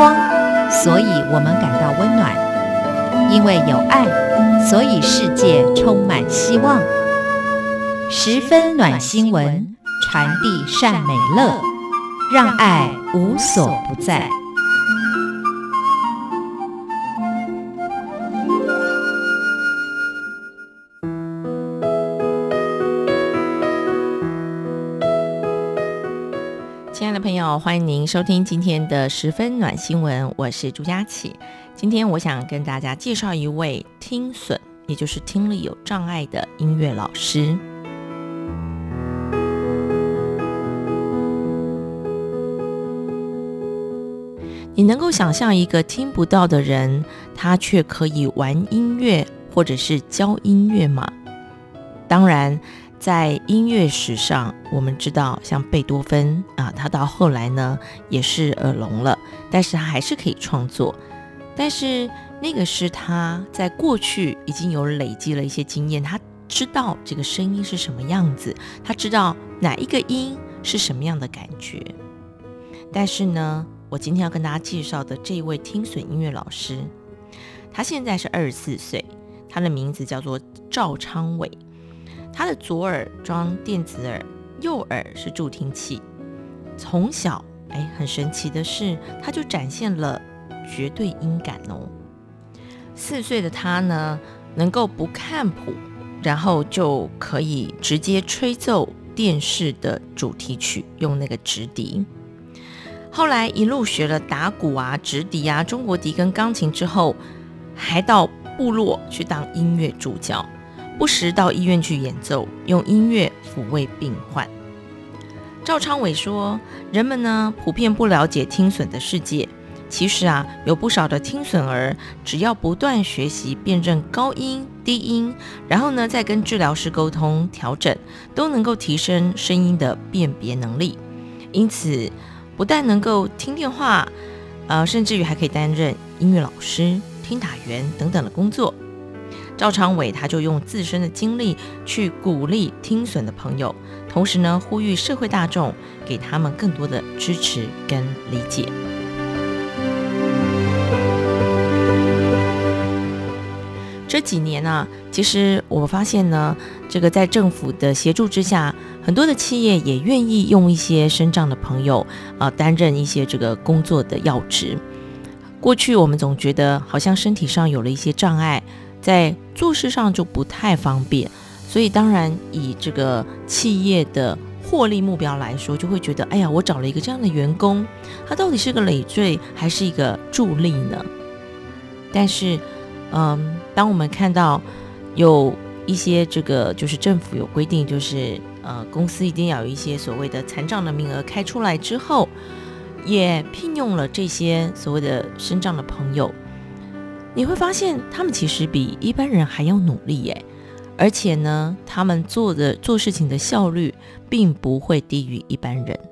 光，所以我们感到温暖；因为有爱，所以世界充满希望。十分暖新闻，传递善美乐，让爱无所不在。 亲爱的朋友，欢迎您收听今天的十分暖新闻，我是朱佳琪。今天我想跟大家介绍一位听损，也就是听力有障碍的音乐老师。你能够想象一个听不到的人，他却可以玩音乐或者是教音乐吗？当然在音乐史上，我们知道像贝多芬他到后来呢也是耳聋了，但是他还是可以创作。但是那个是他在过去已经有累积了一些经验，他知道这个声音是什么样子，他知道哪一个音是什么样的感觉。但是呢，我今天要跟大家介绍的这一位听损音乐老师，他现在是24岁，他的名字叫做赵昌伟。他的左耳装电子耳，右耳是助听器。从小很神奇的是，他就展现了绝对音感哦。4岁的他呢，能够不看谱，然后就可以直接吹奏电视的主题曲，用那个直笛。后来一路学了打鼓啊、直笛啊、中国笛跟钢琴之后，还到部落去当音乐助教，不时到医院去演奏，用音乐抚慰病患。赵昌伟说，人们呢普遍不了解听损的世界，其实有不少的听损儿，只要不断学习辨认高音、低音，然后呢再跟治疗师沟通调整，都能够提升声音的辨别能力。因此不但能够听电话，甚至于还可以担任音乐老师、听打员等等的工作。赵昌伟他就用自身的经历去鼓励听损的朋友，同时呢呼吁社会大众给他们更多的支持跟理解。这几年其实我发现呢，这个在政府的协助之下，很多的企业也愿意用一些身障的朋友担任一些这个工作的要职。过去我们总觉得好像身体上有了一些障碍，在做事上就不太方便，所以当然以这个企业的获利目标来说，就会觉得我找了一个这样的员工，他到底是个累赘还是一个助力呢？但是当我们看到有一些这个就是政府有规定，就是公司一定要有一些所谓的残障的名额开出来之后，也聘用了这些所谓的身障的朋友，你会发现他们其实比一般人还要努力耶，而且呢他们做事情的效率并不会低于一般人。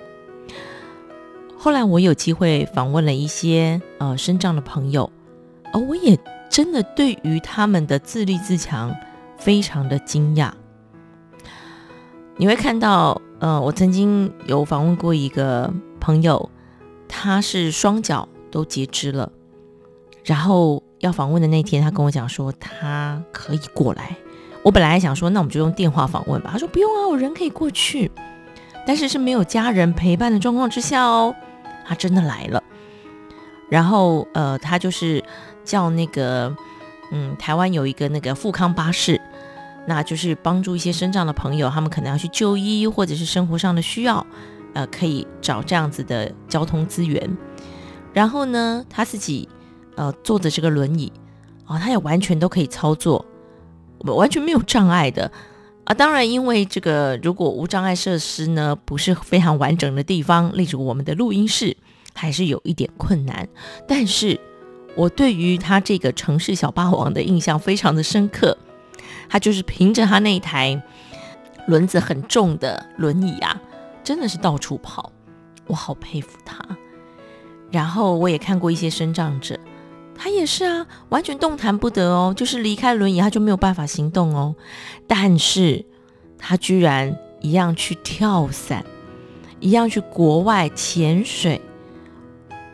后来我有机会访问了一些身障的朋友，我也真的对于他们的自立自强非常的惊讶。你会看到我曾经有访问过一个朋友，他是双脚都截肢了，然后要访问的那天他跟我讲说他可以过来。我本来还想说那我们就用电话访问吧，他说不用我人可以过去，但是是没有家人陪伴的状况之下他真的来了。然后他就是叫那个台湾有一个那个富康巴士，那就是帮助一些身障的朋友，他们可能要去就医或者是生活上的需要，可以找这样子的交通资源。然后呢他自己坐着这个轮椅他也完全都可以操作，完全没有障碍的当然因为这个如果无障碍设施呢不是非常完整的地方，例如我们的录音室还是有一点困难，但是我对于他这个城市小霸王的印象非常的深刻。他就是凭着他那一台轮子很重的轮椅真的是到处跑，我好佩服他。然后我也看过一些身障者，他也是完全动弹不得就是离开轮椅他就没有办法行动但是他居然一样去跳伞，一样去国外潜水，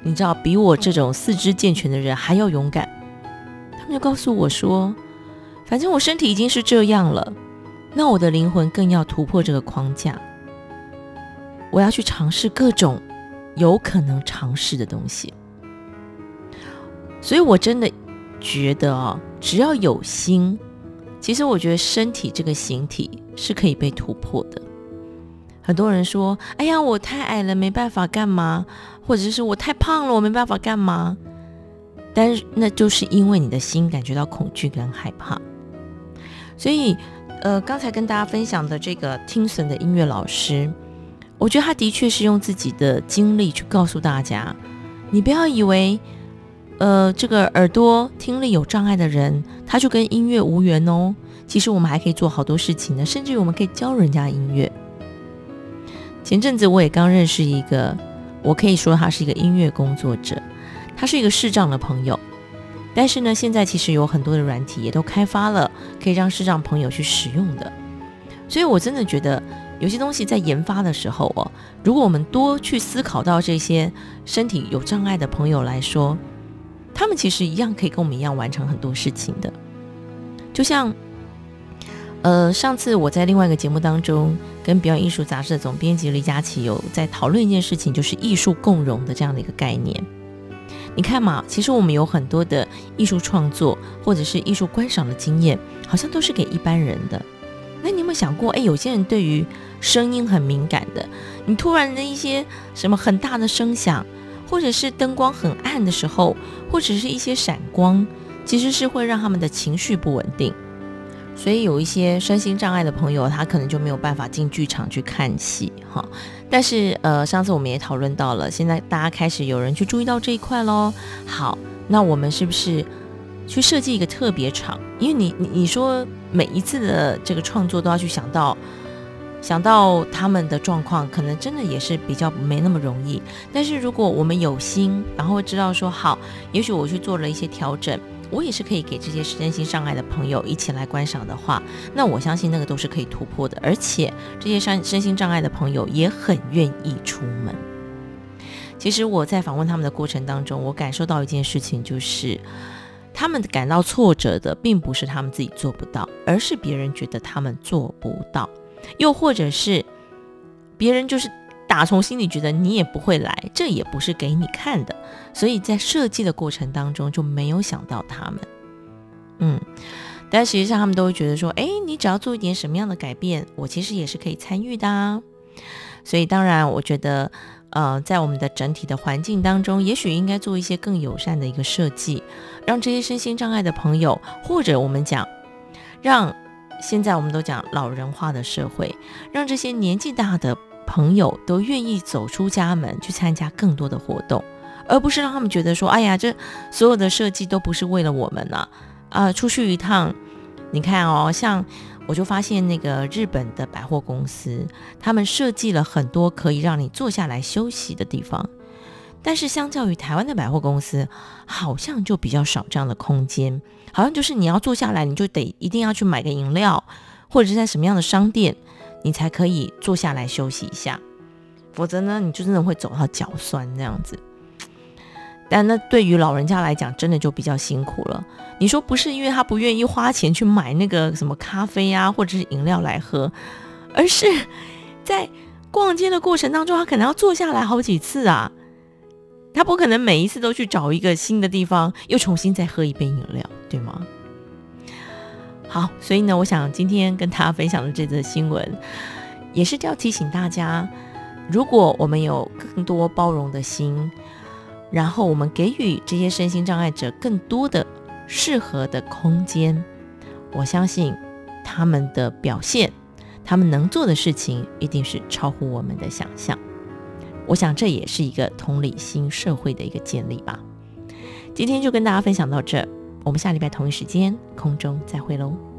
你知道比我这种四肢健全的人还要勇敢。他们就告诉我说，反正我身体已经是这样了，那我的灵魂更要突破这个框架，我要去尝试各种有可能尝试的东西。所以我真的觉得只要有心，其实我觉得身体这个形体是可以被突破的。很多人说，哎呀，我太矮了没办法干嘛，或者是我太胖了我没办法干嘛，但是那就是因为你的心感觉到恐惧跟害怕。所以刚才跟大家分享的这个听损的音乐老师，我觉得他的确是用自己的经历去告诉大家，你不要以为这个耳朵听力有障碍的人他就跟音乐无缘哦，其实我们还可以做好多事情呢，甚至于我们可以教人家音乐。前阵子我也刚认识一个，我可以说他是一个音乐工作者，他是一个视障的朋友，但是呢现在其实有很多的软体也都开发了可以让视障朋友去使用的。所以我真的觉得有些东西在研发的时候如果我们多去思考到这些身体有障碍的朋友来说，他们其实一样可以跟我们一样完成很多事情的。就像上次我在另外一个节目当中跟表演艺术杂志的总编辑李佳琦有在讨论一件事情，就是艺术共融的这样的一个概念。你看嘛，其实我们有很多的艺术创作或者是艺术观赏的经验，好像都是给一般人的。那你有没有想过，有些人对于声音很敏感的，你突然的一些什么很大的声响，或者是灯光很暗的时候，或者是一些闪光，其实是会让他们的情绪不稳定。所以有一些身心障碍的朋友，他可能就没有办法进剧场去看戏哈。但是上次我们也讨论到了，现在大家开始有人去注意到这一块咯。好，那我们是不是去设计一个特别场？因为你说每一次的这个创作都要去想到他们的状况，可能真的也是比较没那么容易。但是如果我们有心，然后知道说好，也许我去做了一些调整，我也是可以给这些身心障碍的朋友一起来观赏的话，那我相信那个都是可以突破的，而且这些身心障碍的朋友也很愿意出门。其实我在访问他们的过程当中，我感受到一件事情，就是他们感到挫折的并不是他们自己做不到，而是别人觉得他们做不到，又或者是别人就是打从心里觉得你也不会来，这也不是给你看的，所以在设计的过程当中就没有想到他们。但实际上他们都会觉得说，你只要做一点什么样的改变，我其实也是可以参与的啊。所以当然我觉得在我们的整体的环境当中，也许应该做一些更友善的一个设计，让这些身心障碍的朋友，或者我们讲让现在我们都讲老人化的社会，让这些年纪大的朋友都愿意走出家门去参加更多的活动，而不是让他们觉得说，哎呀，这所有的设计都不是为了我们出去一趟，你看像我就发现那个日本的百货公司，他们设计了很多可以让你坐下来休息的地方，但是相较于台湾的百货公司，好像就比较少这样的空间，好像就是你要坐下来，你就得一定要去买个饮料，或者是在什么样的商店你才可以坐下来休息一下，否则呢你就真的会走到脚酸这样子。但那对于老人家来讲真的就比较辛苦了。你说不是因为他不愿意花钱去买那个什么咖啡啊或者是饮料来喝，而是在逛街的过程当中他可能要坐下来好几次啊，他不可能每一次都去找一个新的地方又重新再喝一杯饮料，对吗？好，所以呢我想今天跟大家分享的这则新闻也是要提醒大家，如果我们有更多包容的心，然后我们给予这些身心障碍者更多的适合的空间，我相信他们的表现，他们能做的事情一定是超乎我们的想象。我想这也是一个同理心社会的一个建立吧。今天就跟大家分享到这，我们下礼拜同一时间空中再会喽。